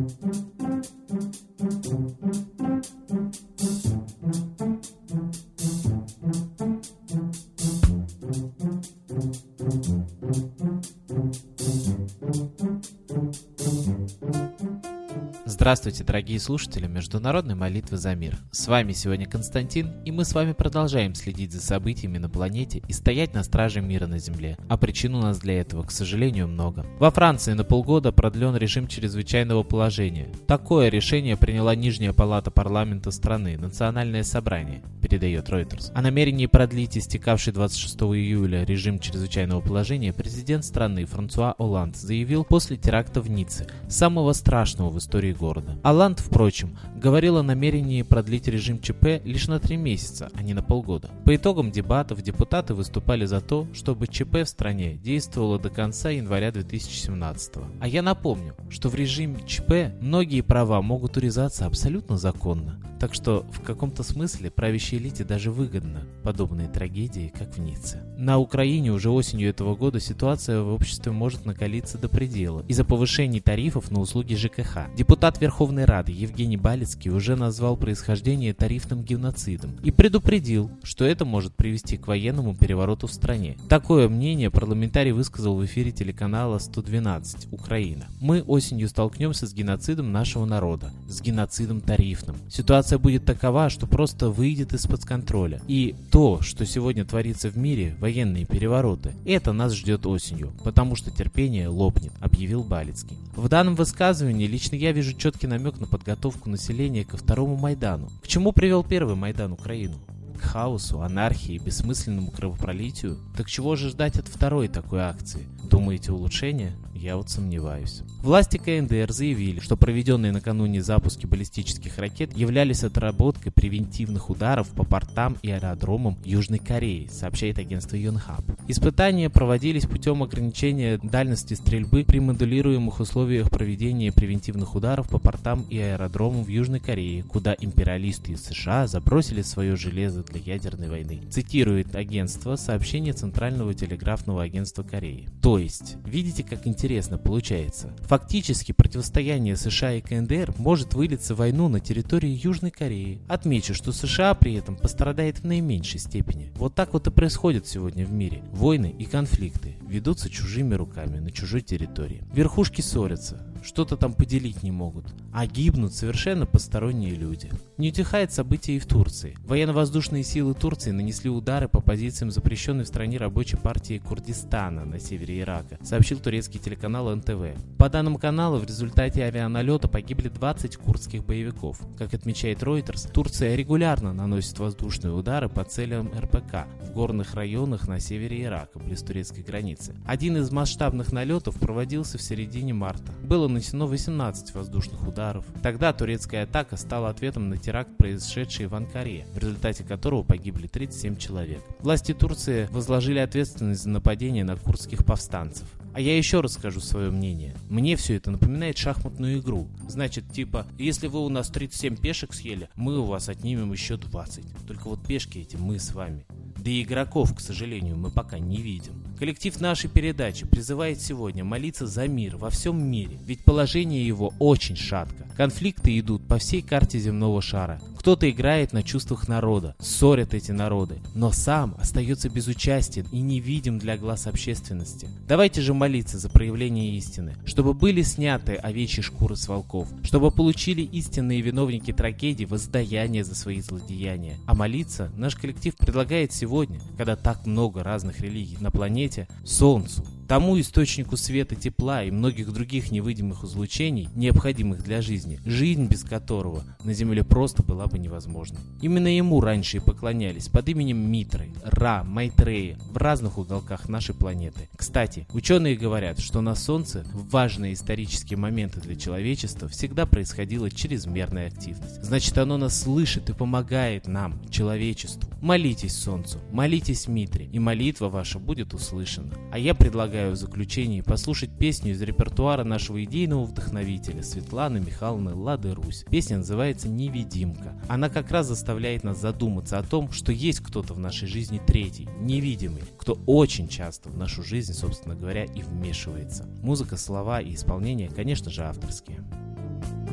Здравствуйте, дорогие слушатели Международной молитвы за мир. С вами сегодня Константин, и мы с вами продолжаем следить за событиями на планете и стоять на страже мира на Земле. А причин у нас для этого, к сожалению, много. Во Франции на полгода продлен режим чрезвычайного положения. Такое решение приняла Нижняя палата парламента страны, Национальное собрание, передает Reuters. О намерении продлить истекавший 26 июля режим чрезвычайного положения президент страны Франсуа Олланд заявил после теракта в Ницце, самого страшного в истории города. Олланд, впрочем, говорил о намерении продлить режим ЧП лишь на 3 месяца, а не на полгода. По итогам дебатов депутаты выступали за то, чтобы ЧП в стране действовало до конца января 2017. А я напомню, что в режиме ЧП многие права могут урезаться абсолютно законно. Так что в каком-то смысле правящей элите даже выгодно подобные трагедии, как в Ницце. На Украине уже осенью этого года ситуация в обществе может накалиться до предела из-за повышений тарифов на услуги ЖКХ. Депутат Верховной Рады Евгений Балицкий уже назвал происхождение тарифным геноцидом и предупредил, что это может привести к военному перевороту в стране. Такое мнение парламентарий высказал в эфире телеканала 112 «Украина». Мы осенью столкнемся с геноцидом нашего народа, с геноцидом тарифным. Ситуация будет такова, что просто выйдет из-под контроля. И то, что сегодня творится в мире, военные перевороты, это нас ждет осенью, потому что терпение лопнет, объявил Балицкий. В данном высказывании лично я вижу четкий намек на подготовку населения ко второму Майдану. К чему привел первый Майдан Украину? К хаосу, анархии, бессмысленному кровопролитию? Так чего же ждать от второй такой акции? Думаете, улучшение? Я вот сомневаюсь. Власти КНДР заявили, что проведенные накануне запуски баллистических ракет являлись отработкой превентивных ударов по портам и аэродромам Южной Кореи, сообщает агентство Yonhap. Испытания проводились путем ограничения дальности стрельбы при модулируемых условиях проведения превентивных ударов по портам и аэродромам в Южной Корее, куда империалисты из США забросили свое железо для ядерной войны. Цитирует агентство сообщение Центрального телеграфного агентства Кореи. То есть, видите, как интересно получается. Фактически противостояние США и КНДР может вылиться в войну на территории Южной Кореи. Отмечу, что США при этом пострадает в наименьшей степени. Вот так вот и происходит сегодня в мире. Войны и конфликты ведутся чужими руками на чужой территории. Верхушки ссорятся, что-то там поделить не могут, а гибнут совершенно посторонние люди. Не утихает события и в Турции. Военно-воздушные силы Турции нанесли удары по позициям запрещенной в стране рабочей партии Курдистана на севере Ирака, сообщил турецкий телеканал НТВ. По данным канала, в результате авианалета погибли 20 курдских боевиков. Как отмечает Reuters, Турция регулярно наносит воздушные удары по целям РПК в горных районах на севере Ирака, близ турецкой границы. Один из масштабных налетов проводился в середине марта. Было нанесено 18 воздушных ударов. Тогда турецкая атака стала ответом на теракт, произошедший в Анкаре, в результате которого погибли 37 человек. Власти Турции возложили ответственность за нападение на курдских повстанцев. А я еще раз скажу свое мнение. Мне все это напоминает шахматную игру. Значит, типа, если вы у нас 37 пешек съели, мы у вас отнимем еще 20. Только вот пешки эти мы с вами. Да и игроков, к сожалению, мы пока не видим. Коллектив нашей передачи призывает сегодня молиться за мир во всем мире, ведь положение его очень шатко. Конфликты идут по всей карте земного шара. Кто-то играет на чувствах народа, ссорят эти народы, но сам остается безучастен и невидим для глаз общественности. Давайте же молиться за проявление истины, чтобы были сняты овечьи шкуры с волков, чтобы получили истинные виновники трагедий воздаяние за свои злодеяния. А молиться наш коллектив предлагает сегодня, когда так много разных религий на планете, Солнцу, тому источнику света, тепла и многих других невидимых излучений, необходимых для жизни, жизнь без которого на Земле просто была бы невозможна. Именно ему раньше и поклонялись под именем Митры, Ра, Майтрея в разных уголках нашей планеты. Кстати, ученые говорят, что на Солнце в важные исторические моменты для человечества всегда происходила чрезмерная активность. Значит, оно нас слышит и помогает нам, человечеству. Молитесь Солнцу, молитесь Митре, и молитва ваша будет услышана. А я предлагаю в заключении послушать песню из репертуара нашего идейного вдохновителя Светланы Михайловны Лады Русь. Песня называется «Невидимка». Она как раз заставляет нас задуматься о том, что есть кто-то в нашей жизни третий, невидимый, кто очень часто в нашу жизнь, собственно говоря, и вмешивается. Музыка, слова и исполнение, конечно же, авторские.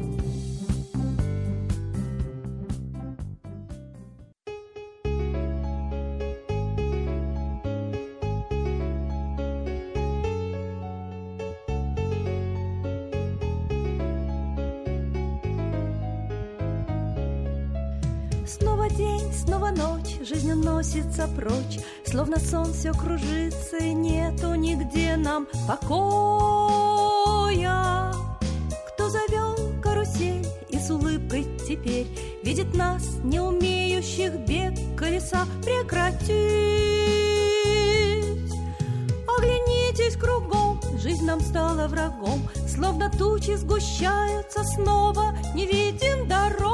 жизнь уносится прочь, словно сон все кружится, и нету нигде нам покоя. Кто завел карусель и с улыбкой теперь видит нас, не умеющих бег колеса прекратить? Оглянитесь кругом, жизнь нам стала врагом, словно тучи сгущаются снова, не видим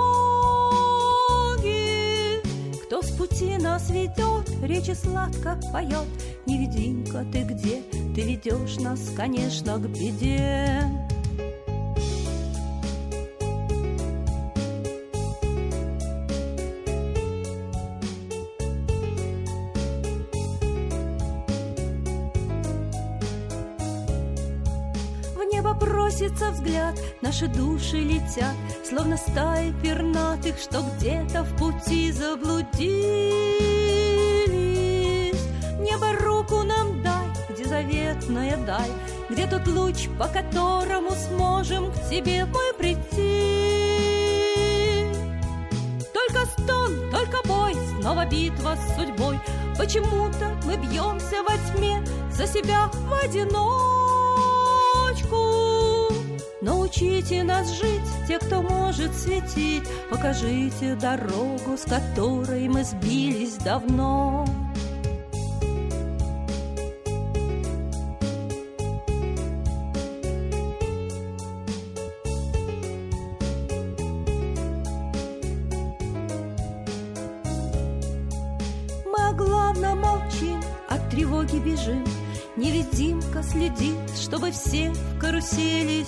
дороги. Кто с пути нас ведет, речи сладко поет. Невидимка, ты где? Ты ведешь нас, конечно, к беде. Просится взгляд, наши души летят, словно стаи пернатых, что где-то в пути заблудились. Небо, руку нам дай, где заветная даль, где тот луч, по которому сможем к тебе мы прийти. Только стон, только бой, снова битва с судьбой. Почему-то мы бьемся во тьме за себя в одиночку. Научите нас жить, те, кто может светить, покажите дорогу, с которой мы сбились давно. Мы о главном молчим, от тревоги бежим. Невидимка следит, чтобы все в карусели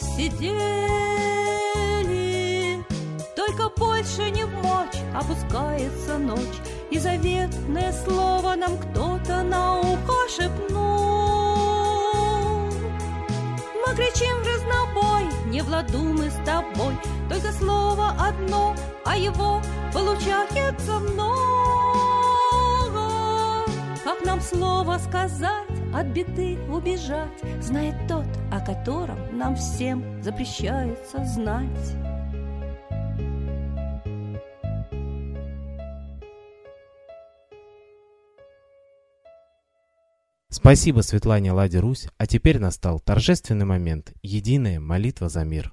сидели. Только больше не в мочь, опускается ночь, и заветное слово нам кто-то на ухо шепнул. Мы кричим в разнобой, не в ладу мы с тобой, только слово одно, а его получается много. Как нам слово сказать? От беды убежать, знает тот, о котором нам всем запрещается знать. Спасибо Светлане Ладе Русь, а теперь настал торжественный момент – единая молитва за мир.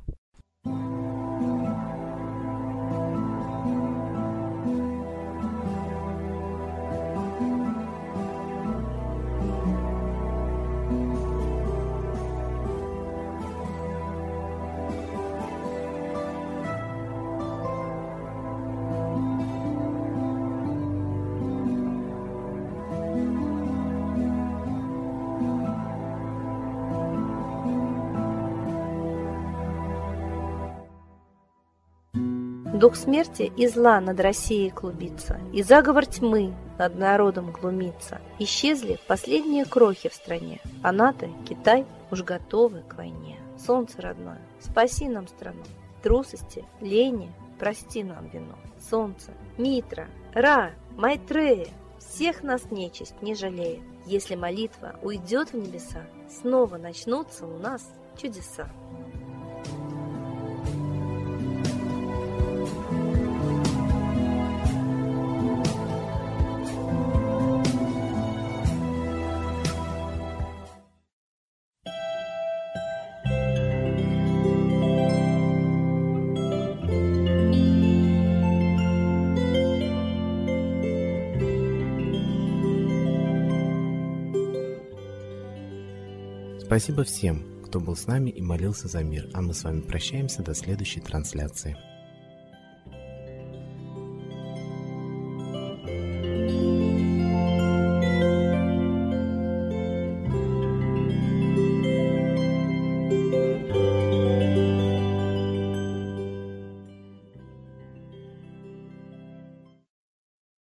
Дух смерти и зла над Россией клубится, и заговор тьмы над народом глумится. Исчезли последние крохи в стране, а НАТО, Китай уж готовы к войне. Солнце родное, спаси нам страну, трусости, лени, прости нам вину. Солнце, Митра, Ра, Майтрея, всех нас нечисть не жалеет. Если молитва уйдет в небеса, снова начнутся у нас чудеса. Спасибо всем, кто был с нами и молился за мир, а мы с вами прощаемся до следующей трансляции.